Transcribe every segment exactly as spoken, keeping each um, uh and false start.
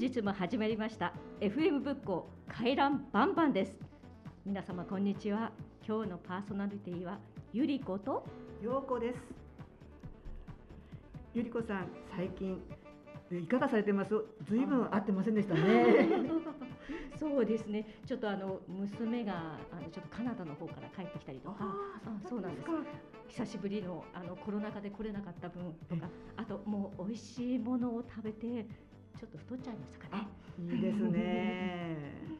日も始まりました エフエム 仏教回覧バンバンです。皆様こんにちは。今日のパーソナリティはゆりことようこです。ゆりこさん、最近いかがされてます？ずいぶん会ってませんでしたね。 そうですね。ちょっとあの娘があのちょっとカナダの方から帰ってきたりとか、 ああそうなんです。久しぶりのあのコロナ禍で来れなかった分とか、あともう美味しいものを食べてちょっと太っちゃいましたかね。 いいですね。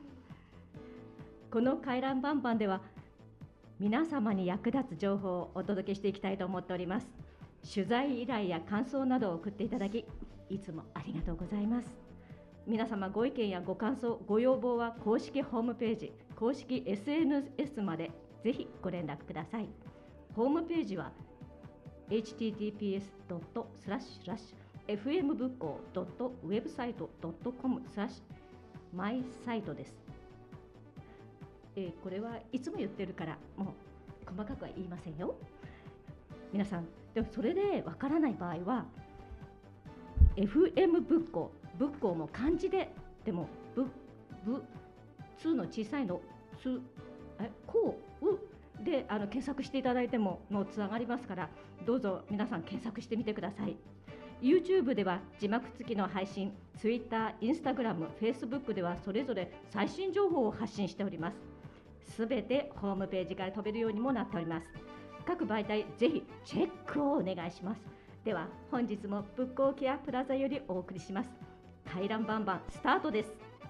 この回覧バンバンでは皆様に役立つ情報をお届けしていきたいと思っております。取材依頼や感想などを送っていただき、いつもありがとうございます。皆様ご意見やご感想、ご要望は公式ホームページ、公式 エスエヌエス までぜひご連絡ください。ホームページは エイチティーティーピーエスドットスラッシュスラッシュエフエム 仏教 ドットウェブサイト ドットコム スラッシュマイサイトです。えー、これはいつも言ってるからもう細かくは言いませんよ。皆さんでもそれでわからない場合は エフエム 仏教、仏教も漢字ででもぶぶつの小さいのつえこうであの検索していただいてものつながりますから、どうぞ皆さん検索してみてください。 YouTube では字幕付きの配信、 Twitter、Instagram、Facebook ではそれぞれ最新情報を発信しております。すべてホームページから飛べるようにもなっております。各媒体ぜひチェックをお願いします。では本日も仏教ケアプラザよりお送りします。回覧バンバンスタートです。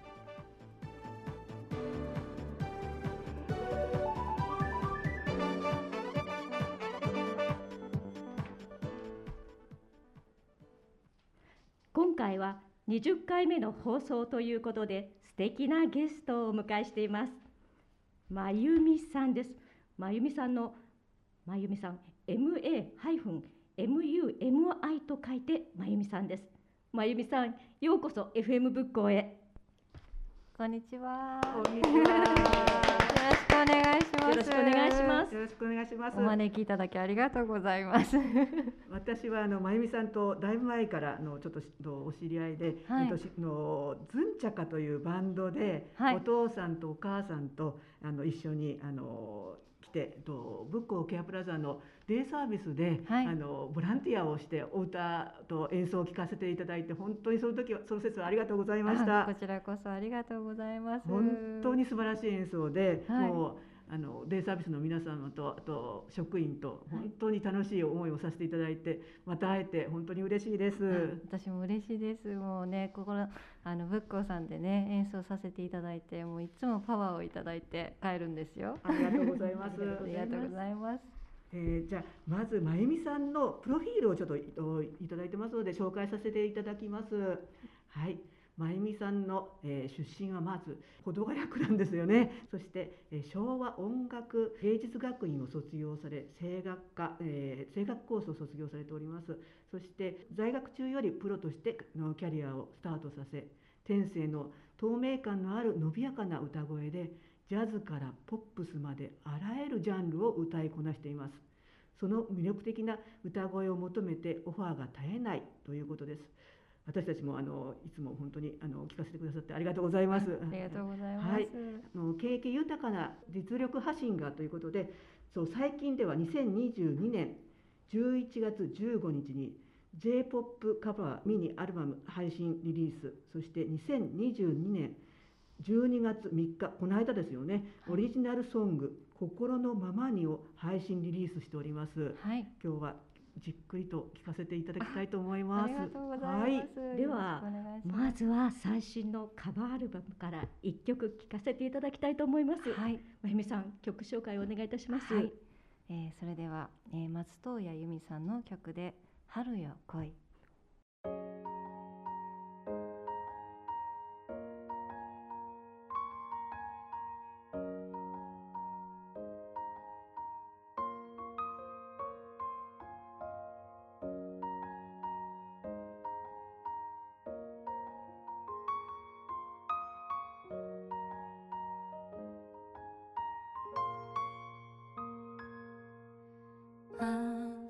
今回はにじゅっかいめの放送ということで素敵なゲストをお迎えしています。まゆみさんです。まゆみさんのまゆみさん エムエーエムユーエムアイ と書いてまゆみさんです。まゆみさん、ようこそ エフエム 仏教へ。 こんにちは。 こんにちは。 よろしくお願いします。 よろしくお願いします。 よろしくお願いします。 お招きいただきありがとうございます。 私はあのまゆみさんとだいぶ前からのちょっとお知り合いで、 はい、 えっとのズンチャカというバンドで、 はい、 お父さんとお母さんとあの一緒にあの来て、と仏教ケアプラザのデイサービスで、はい、あのボランティアをしてお歌と演奏を聴かせていただいて、本当にその時はその節はありがとうございました。 こちらこそありがとうございます。 本当に素晴らしい演奏で、 はい、もうあのデイサービスの皆様とあと職員と本当に楽しい思いをさせていただいて、また会えて本当に嬉しいです。 私も嬉しいです。もうね、ここのあの仏教さんでね演奏させていただいて、もういつもパワーをいただいて帰るんですよ。 ありがとうございます。 ありがとうございます。 えー、じゃあまずまゆみさんのプロフィールをちょっと い, いただいてますので紹介させていただきます。はい。まゆみさんの、えー、出身はまず保土ヶ谷区なんですよね。そして、えー、昭和音楽芸術学院を卒業され、声楽科、えー、声楽コースを卒業されております。そして在学中よりプロとしてのキャリアをスタートさせ、天性の透明感のある伸びやかな歌声でジャズからポップスまであらゆるジャンルを歌いこなしています。その魅力的な歌声を求めてオファーが絶えないということです。私たちもあのいつも本当にあの聞かせてくださってありがとうございます。 ありがとうございます。 はい、あの経験豊かな実力派シンガーということで、そう最近ではにせんにじゅうにねんじゅういちがつじゅうごにちに ジェイポップ カバーミニアルバム配信リリース、そしてにせんにじゅうにねんじゅうにがつみっか、この間ですよね、オリジナルソング「心のままに」を配信リリースしております。 はい、 今日はじっくりと聞かせていただきたいと思います。 ありがとうございます。 はい、ではまずは最新のカバーアルバムからいっきょく聴かせていただきたいと思います。 はい、 まゆみさん、曲紹介をお願いいたします。 はい、えー、それでは、えー、松任谷由実さんの曲で春よ来い。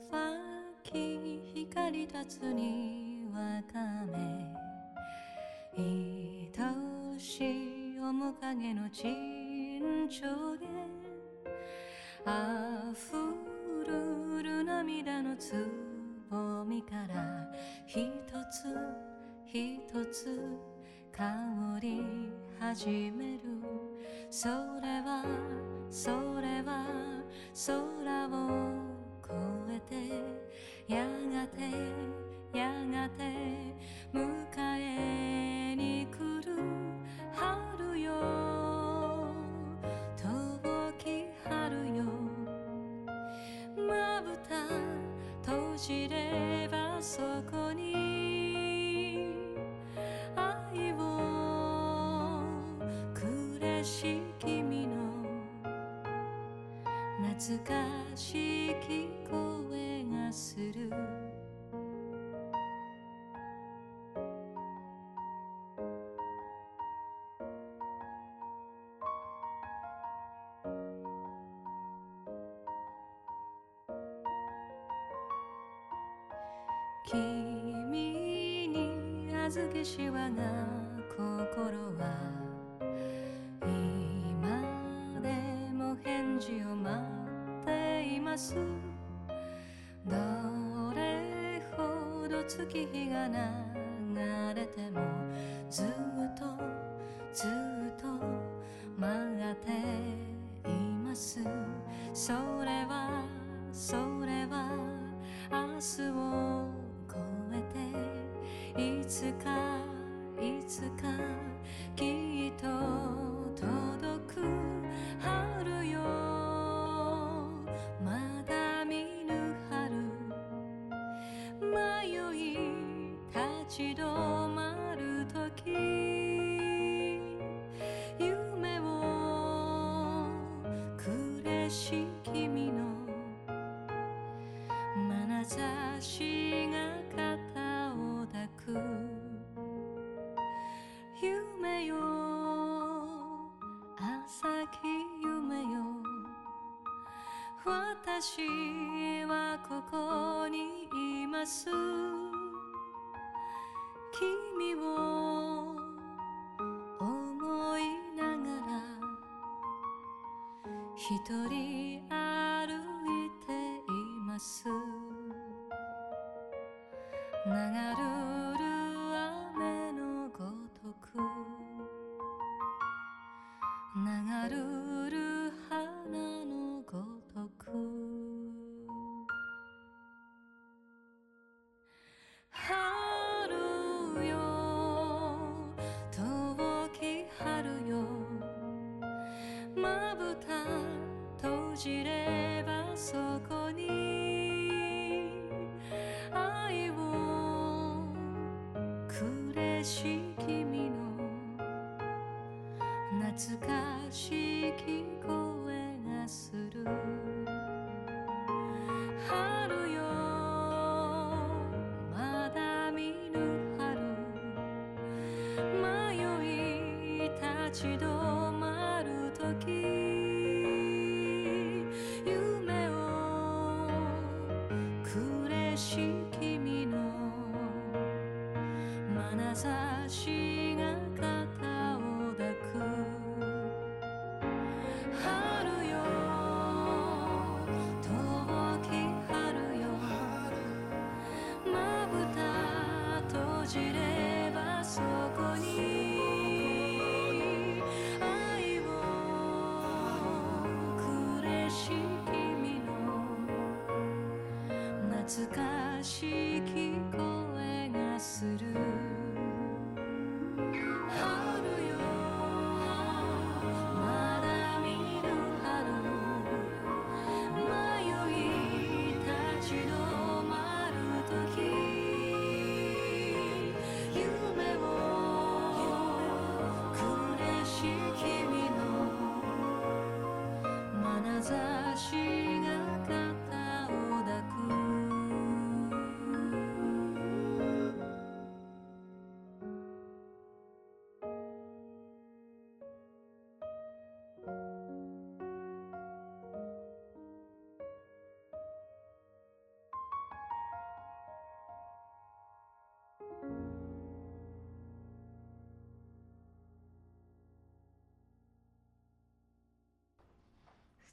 光立つにわかめ愛しい面影の沈丁で溢るる涙のつぼみから一つ一つ香り始める。それはそれは空を越えてやがてやがて迎えに来る春よ、遠き春よ。まぶた閉じればそこに愛をくれし君の懐かしき声がする。君に預けし我が心は今でも返事を待っています。どれほど月日が流れてもずっとずっと待っています。それはそれは明日を越えていつかいつかきっと届く春よ。まだ見ぬ春迷い立ち止まるとき、夢をくれし君の眼差しが肩を抱く。夢よ浅き夢よ、私はここにいます。君を思いながら一人歩いています。流るる雨のごとく流るる花のごとく、春よ遠き春よ。まぶた閉じればそこに愛をくれし君の懐かしき声がする。春よまだ見ぬ春迷い立ち止まるとき、夢をくれし君の眼差しが肩を抱く。春よ遠き春よ、まぶた閉じればそこに愛をくれし君の懐かしき声がする。春よまだ見ぬ春迷い立ち止まるとき、夢をくれし君の眼差しが肩を抱く。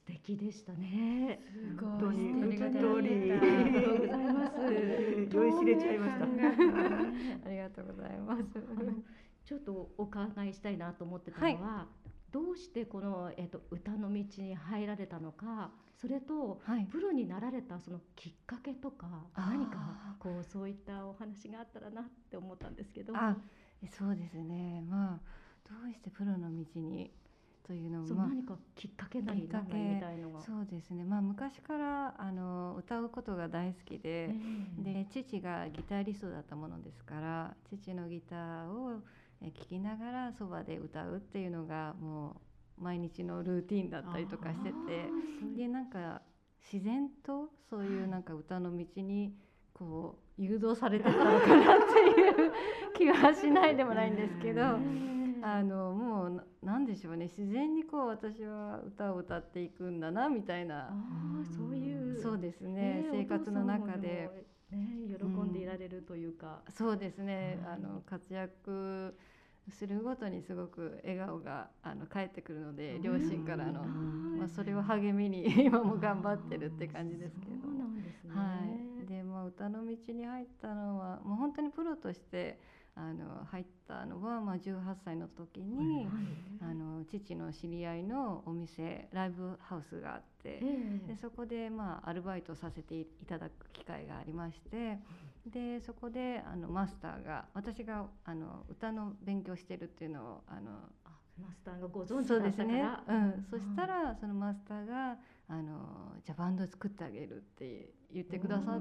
敵でしたね。 すごい本当に素敵で本当にありがとうございます。 酔いしれちゃいました。 ありがとうございます。 あのちょっとお伺いしたいなと思ってたのは、どうしてこの、えっと、歌の道に入られたのか、それと、 はい、 プロになられたそのきっかけとか、 あー何かこうそういったお話があったらなって思ったんですけど。 あ、そうですね。まあどうしてプロの道にというのも、まあ、 そう何かきっかけなりきっかけ何なりみたいのが。 そうですね。まあ昔からあの歌うことが大好きで、 ええで父がギタリストだったものですから、父のギターをえ聴きながらそばで歌うっていうのがもう毎日のルーティンだったりとかしてて、でなんか自然とそういうなんか歌の道にこう誘導されてたのかなっていう気はしないでもないんですけど、あのもうななんでしょうね、自然にこう私は歌を歌っていくんだなみたいあな、 あそういう。 そうですね、 ええ生活の中で。 お父さんもね、喜んでいられるというか。 そうですね、 はいあの活躍するごとにすごく笑顔があの返ってくるので、両親からの、まあ、それを励みに今も頑張ってるって感じですけど。 そうなんですね。 はい、で、まあ、歌の道に入ったのはもう本当にプロとしてあの入ったのは、まあ、じゅうはっさいの時に、 はいあの父の知り合いのお店ライブハウスがあって、 ええでそこで、まあ、アルバイトさせていただく機会がありまして、でそこであのマスターが、私があの歌の勉強してるっていうのをあのあマスターがご存知そうですねだったから。、 うん、そしたらそのマスターがあのじゃあバンド作ってあげるって言ってくださって、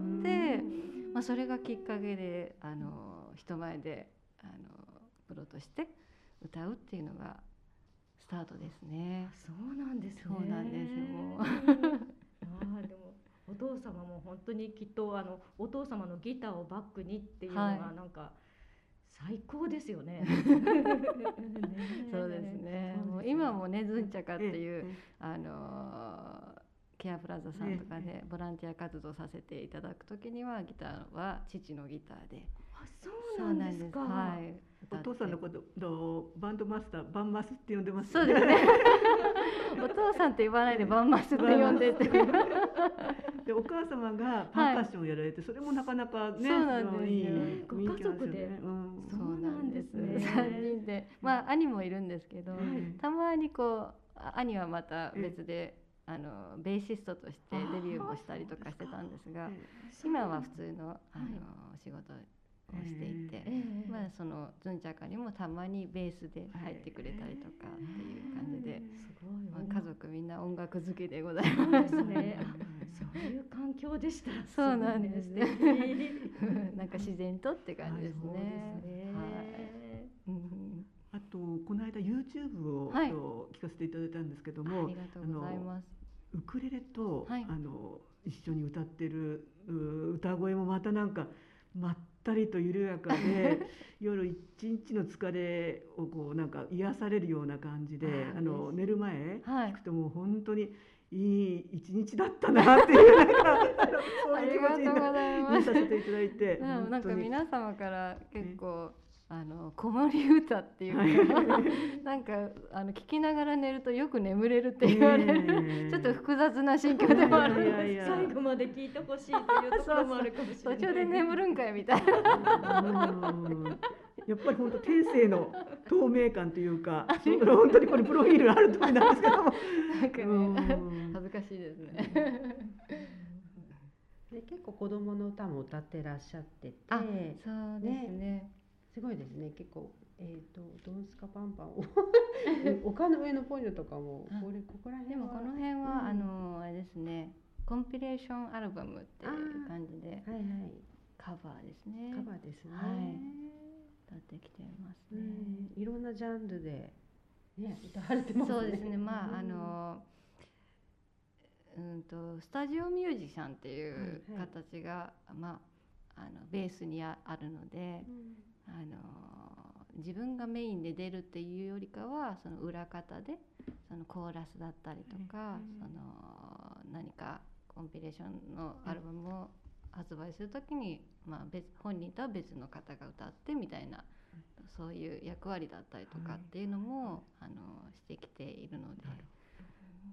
まあ、それがきっかけであの人前であのプロとして歌うっていうのがスタートですね。 そうなんですね。 そうなんですよもうああでもお父様も本当にきっとあのお父様のギターをバックにっていうのがはいなんか最高ですよね。 そうですね。もう今もね、ズンチャカっていう、あのーケアプラザさんとかでボランティア活動させていただくときには、ギターは父のギターで。 あそうなんですか。 はい。 お父さんのことのバンドマスターバンマスって呼んでますそうですね。お父さんって言わないでバンマスって呼んでて。 でお母様がパーカッションをやられて、それもなかなかね、 そうなんですよいいご雰囲気なん家族でよね。うんそうなんですね。 さんにんで、まあ兄もいるんですけど、 うんたまにこうあ兄はまた別で、あのベーシストとしてデビューもしたりとかしてたんですが、今は普通のあの仕事をしていて、 ええまあそのズンチャカにもたまにベースで入ってくれたりとかっていう感じで、 すごいまあ、家族みんな音楽好きでございそうま。 ですすね。あそういう環境でした。 そうなんですすねごいね素敵なんか自然とって感じですそうね。 ですね。 はい。うんあとこの間 YouTube を、 はいと聞かせていただいたんですけどあも、 りがとうございます。 ウクレレと、 はいあの一緒に歌ってるう歌声もまたなんかまったりと緩やかで夜一日の疲れをこうなんか癒されるような感じで、 あーあの寝る前はい聞くともう本当にいい一日だったなっていうなんかあのそういう気持ちにありがとうございますなさせていただいて、 でもなんか本当に皆様から結構あの子守歌っていうかなんかあの聞きながら寝るとよく眠れるって言われる、 ねえちょっと複雑な心境でもあるんですいやいやいや最後まで聞いてほしいというところもあるかもしれない。 途中で眠るんかいみたいな。 うんやっぱり本当天性の透明感というか、そう本当にこれプロフィールある通りなんですけども、 なんかねうん恥ずかしいですね。 で結構子供の歌も歌ってらっしゃってて、 あ、そうですね。 すごいですね。結構えっ、とドンスカパンパンを丘の上のポニョとかもあこれここら辺はでもこの辺は、 うんあのあれですね、コンピレーションアルバムっていう感じではいはいカバーですね。 カバーですね。 はい歌ってきてますね。 ねいろんなジャンルでね歌われてますね。 そうですね。まああのうんとスタジオミュージシャンっていうはいはい形が、まああのベースにああるので、 うんあの自分がメインで出るっていうよりかはその裏方でそのコーラスだったりとか、 うんその何かコンピレーションのアルバムを発売するときに、まあ、別本人とは別の方が歌ってみたいな、そういう役割だったりとかっていうのも、あのしてきているので、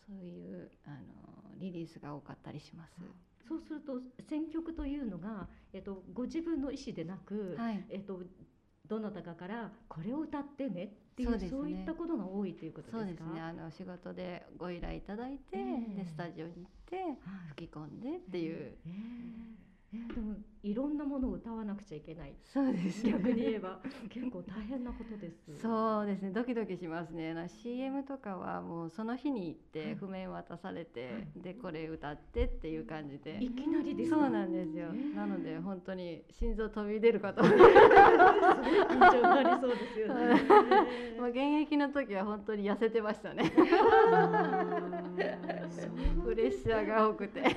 そういうあのリリースが多かったりします。 そうすると選曲というのが、えっと、ご自分の意思でなく、 はい、 えっと、どなたかからこれを歌ってねっていう、 そう,、そういったことが多いということですか？ そうですね。あの仕事でご依頼いただいて、 えー、 でスタジオに行って吹き込んでっていう、 えーえー、でもいろんなものを歌わなくちゃいけない。 そうです、ね、 逆に言えば結構大変なことです。 そうですね、ドキドキしますね。 シーエム とかはもうその日に行って譜面渡されて、はい、でこれ歌ってっていう感じで、 いきなりですか？ そうなんですよ、えー、なので本当に心臓飛び出るかと緊張がありそうですよね。 まあ現役の時は本当に痩せてましたねプレッシャーが多くて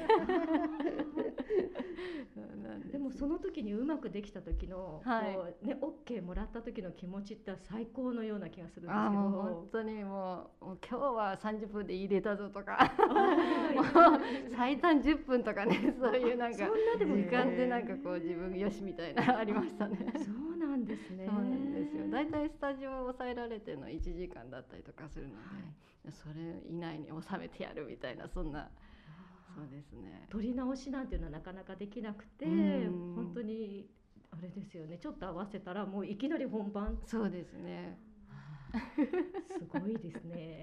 でもその時にうまくできた時の、 はい、 こうね、OK もらった時の気持ちって最高のような気がするんですけど。 あ、もう本当にもう、もう今日はさんじゅっぷんで入れたぞとかもう最短じゅっぷんとかね、そういうなんか時間でなんかこう自分よしみたいなありましたね。 そうなんですね。 そうなんですよ。だいたいスタジオを抑えられてのいちじかんだったりとかするので、はい、それ以内に収めてやるみたいな、そんな。そうですね、 撮り直しなんていうのはなかなかできなくて、本当にあれですよね、ちょっと合わせたらもういきなり本番。 そうですねすごいですね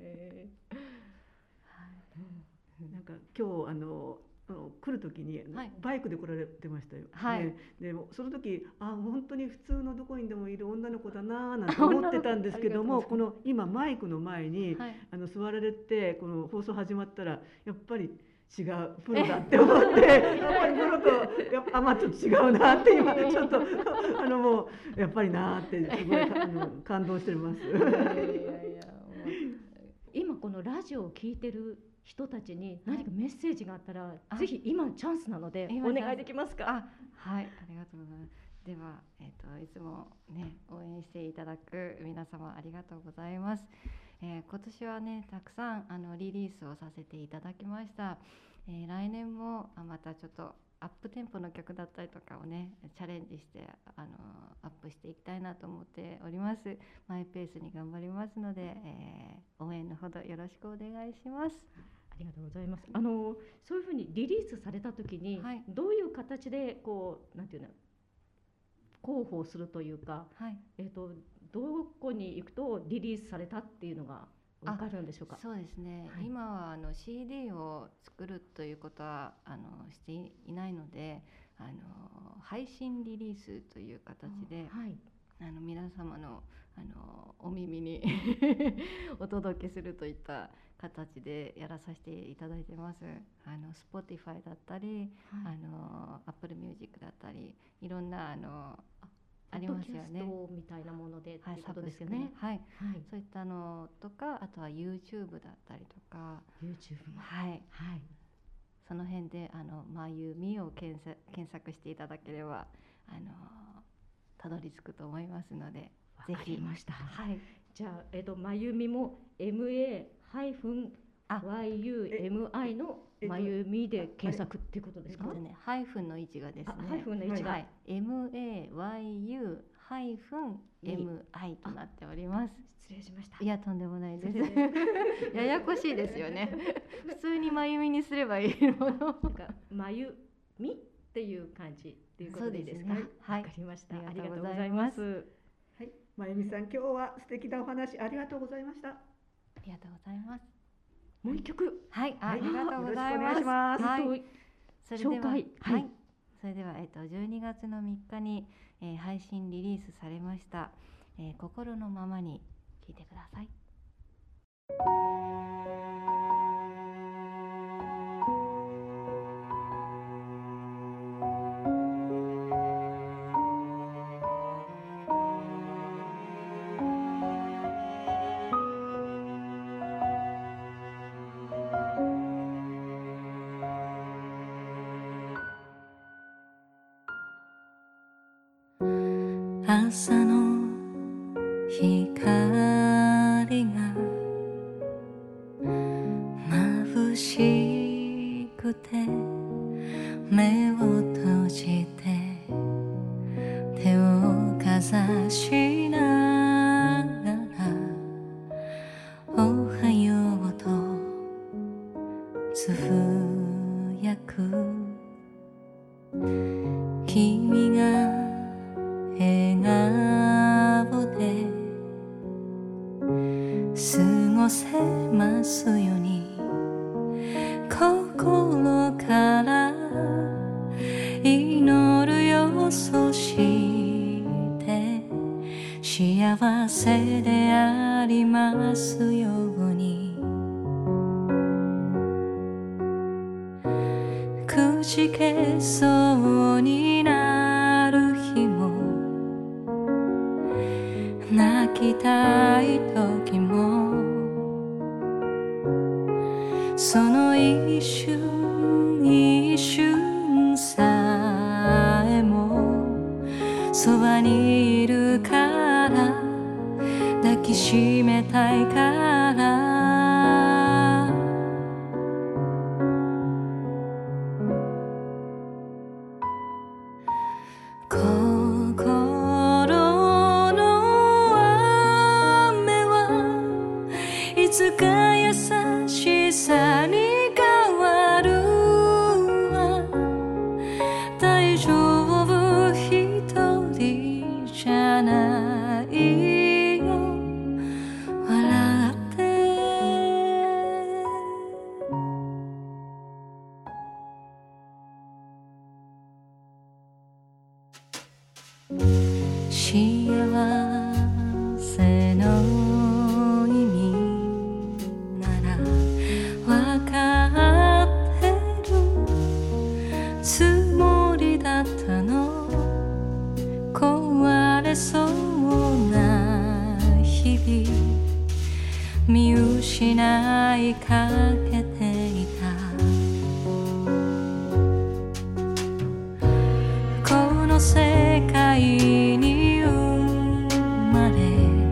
なんか今日あの来る時にバイクで来られてましたよ、 はい、 ね、でもその時あ本当に普通のどこにでもいる女の子だななんて思ってたんですけどもこの今マイクの前に、はい、あの座られてこの放送始まったらやっぱり違うプロだって思ってやっぱりプロとやっぱアマと違うなって今ちょっとあのもうやっぱりなってすごいあの感動してます。いやいやいや今このラジオを聞いてる人たちに何かメッセージがあったら、はい、ぜひ今チャンスなのでお願いできますか？ あ、はい、ありがとうございます。では、えーと、いつもね応援していただく皆様ありがとうございます。えー、今年はねたくさんあのリリースをさせていただきました。えー、来年もまたちょっとアップテンポの曲だったりとかをねチャレンジしてあのアップしていきたいなと思っております。マイペースに頑張りますので、えー、応援のほどよろしくお願いします。 ありがとうございます。あのそういうふうにリリースされた時に、はい、どういう形でこうなんていうの広報するというか、はい、えっとどこに行くとリリースされたっていうのが分かるんでしょうか？ そうですね、はい、今はあの シーディー を作るということはあのしていないのであの配信リリースという形で、はい、あの皆様のあのお耳にお届けするといった形でやらさせていただいてます。あの Spotify だったり、はい、あの Apple Music だったりいろんなあのありますよね。 みたいなものでっていうことですよね。 はい、はい、そういったのとか、あとは YouTube だったりとか、 YouTube はい、はい、その辺であのまゆみを検索検索していただければあのたどり着くと思いますので、 ぜひ。わかりました。 はい。 じゃあえっとまゆみも エムエー ハイフン ワイユーエムアイ のまゆみで検索っていうことですか？ ね、ハイフンの位置がですね、 ハイフンの位置が、はい、 エムエーワイユー ハイフン エムアイ となっております。 失礼しました。 いやとんでもないです。ややこしいですよね。普通にまゆみにすればいいもの。なんかまゆみっていう感じっていうことでいいですか？ ね、はい。 わかりました。ありがとうございます。 はい、まゆみさん今日は素敵なお話ありがとうございました。 ありがとうございます。 もう一曲、 はい、ありがとうございます。 はい、 それでは、はい、はい、それではえっとじゅうにがつのみっかに、えー、配信リリースされました、えー、心のままに聞いてください。 朝の光が眩しくて目を閉じて手をかざしながらおはようとせますように心から祈るよ。そして幸せでありますように。くじけそうになる日も泣きたい時もその一瞬一瞬さえもそばにいるから抱きしめたいからいつか優しさに変わるわ。大丈夫一人じゃないよ。笑って幸せのそうな日々見失いかけていた。この世界に生まれ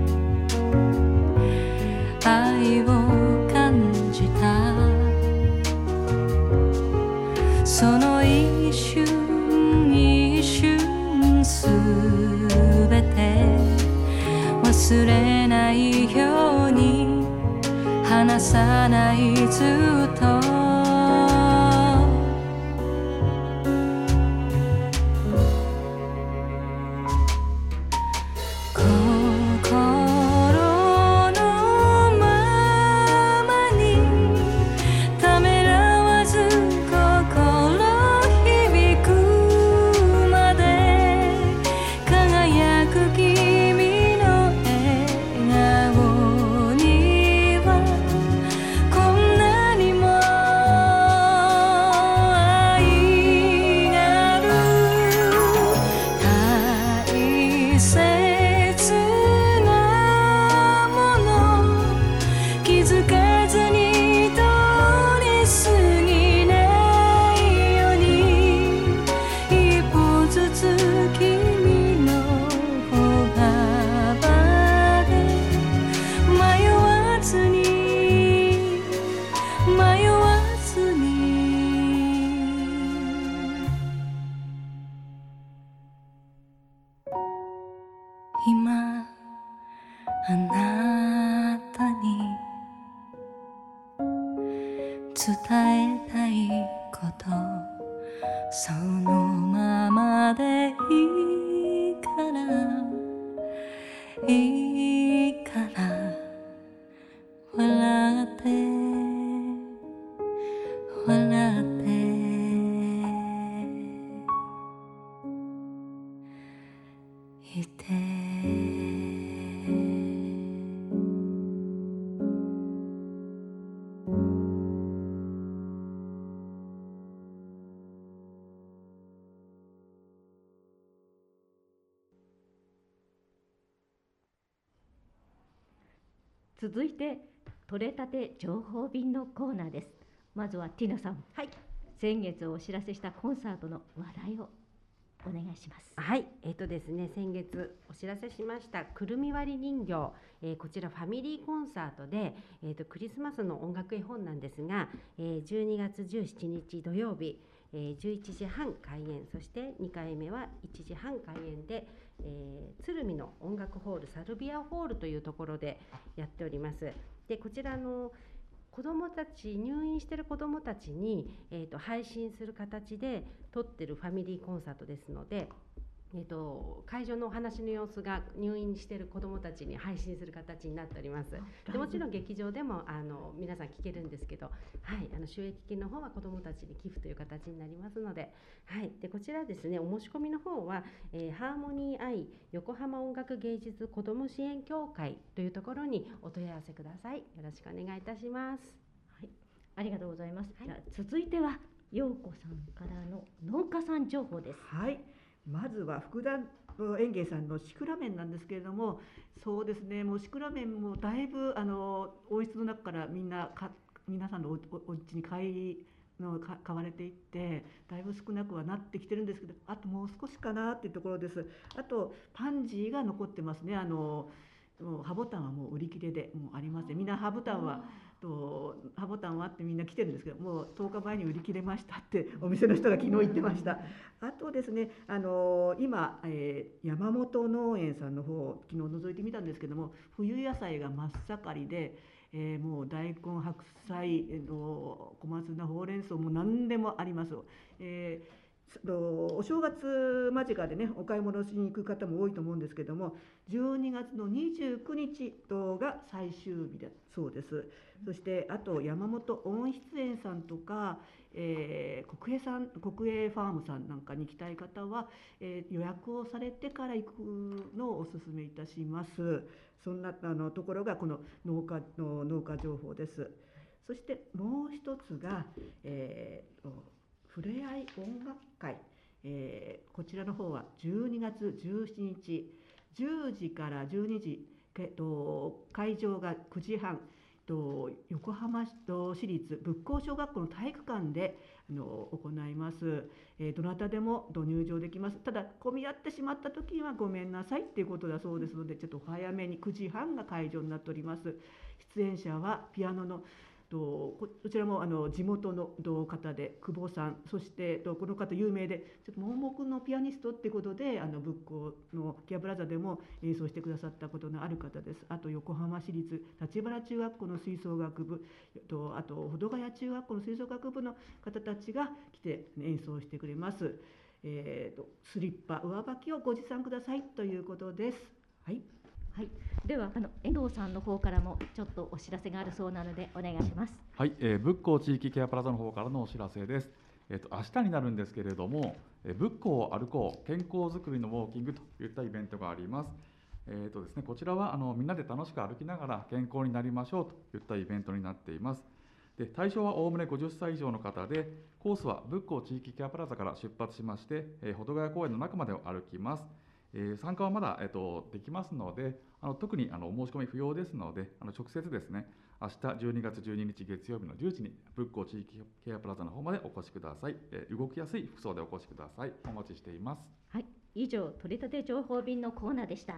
愛を感じた。その一瞬一瞬すべて忘れないように離さないずっと。今あなたに伝えたいことそのままでいいからいいから笑って笑っていて続いて取れたて情報便のコーナーです。まずはティナさん、 はい、 先月お知らせしたコンサートの話題をお願いします。 はい、えっとですね、先月お知らせしましたくるみ割り人形、えー、こちらファミリーコンサートで、えー、とクリスマスの音楽絵本なんですが、えー、じゅうにがつじゅうしちにち土曜日、えー、じゅういちじはん開演、そしてにかいめはいちじはん開演で、えー、鶴見の音楽ホールサルビアホールというところでやっております。でこちらの子どもたち入院している子どもたちに、えー、と配信する形で撮ってるファミリーコンサートですので、 えー、と会場のお話の様子が入院している子どもたちに配信する形になっております。でもちろん劇場でもあの皆さん聞けるんですけど、はい、あの収益金の方は子どもたちに寄付という形になりますので、はい、でこちらですね、お申し込みの方は、えー、ハーモニーアイ横浜音楽芸術子ども支援協会というところにお問い合わせください。よろしくお願いいたします。 はい、ありがとうございます。 はい、 じゃあ続いては陽子さんからの農家さん情報です。 はい、まずは福田園芸さんのシクラメンなんですけれども、そうですね、もうシクラメンもだいぶあの温室の中からみんなか皆さんのおおお家に買いのか買われていってだいぶ少なくはなってきてるんですけど、あともう少しかなっていうところです。あとパンジーが残ってますね。あのもうハボタンはもう売り切れでもうありません。みんなハボタンはとハボタンはってみんな来てるんですけど、もうとおかまえに売り切れましたってお店の人が昨日言ってました。あとですね、あの今、えー、山本農園さんの方昨日覗いてみたんですけども、冬野菜が真っ盛りで、えー、もう大根、白菜、えー、小松菜、ほうれん草も何でもあります。えーお正月間近でねお買い物しに行く方も多いと思うんですけども、じゅうにがつのにじゅうくにちが最終日だそうです。そしてあと山本温室園さんとか、えー、国営さん国営ファームさんなんかに行きたい方は、えー、予約をされてから行くのをお勧めいたします。そんなあのところがこの農家の農家情報です。そしてもう一つが、えーふれあい音楽会、えー、こちらの方はじゅうにがつじゅうしちにちじゅうじからじゅうにじ、えっと、会場がくじはん、と横浜市立仏光小学校の体育館であの行います。えー、どなたでも入場できます。ただ混み合ってしまった時はごめんなさいっていうことだそうですので、ちょっと早めにくじはんが会場になっております。出演者はピアノのとこちらもあの地元の方で久保さん、そしてとこの方有名でちょっと盲目のピアニストっていうことであの仏光のケアプラザでも演奏してくださったことのある方です。あと横浜市立立花中学校の吹奏楽部とあと保土ヶ谷中学校の吹奏楽部の方たちが来て演奏してくれます。えー、とスリッパ上履きをご持参くださいということです。はい。 はい、ではあの遠藤さんの方からもちょっとお知らせがあるそうなのでお願いします。 はい、えー、仏光地域ケアプラザの方からのお知らせです。えー、と明日になるんですけれども、えー、仏光を歩こう健康づくりのウォーキングといったイベントがあります。えーとですね、こちらはあのみんなで楽しく歩きながら健康になりましょうといったイベントになっています。で対象はおおむねごじゅっさい以上の方で、コースは仏光地域ケアプラザから出発しまして、えー、保土ヶ谷公園の中までを歩きます。えー、参加はまだ、えー、とできますので、あの特にあのお申し込み不要ですので、あの直接ですね、明日じゅうにがつじゅうににち月曜日のじゅうじに仏光地域ケアプラザの方までお越しください。えー、動きやすい服装でお越しください。お待ちしています。 はい、以上取り立て情報便のコーナーでした。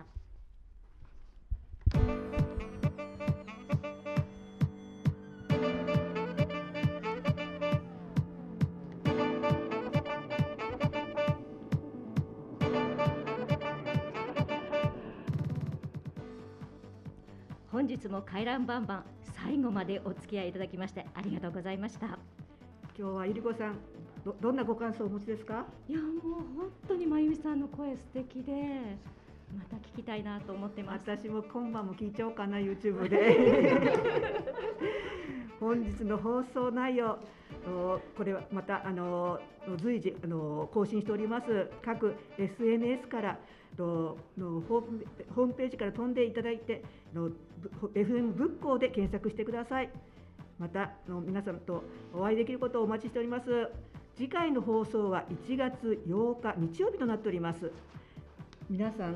本日も回覧バンバン最後までお付き合いいただきましてありがとうございました。 今日はゆり子さん ど, どんなご感想をお持ちですか？ いやもう本当にまゆみさんの声素敵でまた聞きたいなと思ってます。 私も今晩も聞いちゃおうかな YouTube で本日の放送内容、これはまたあの随時あの更新しております。各 エスエヌエス からのホームページから飛んでいただいての エフエム 仏光で検索してください。またの皆さんとお会いできることをお待ちしております。次回の放送はいちがつようか日曜日となっております。皆さん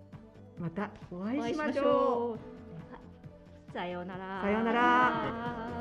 またお会いしましょう。 さようなら。 さようなら。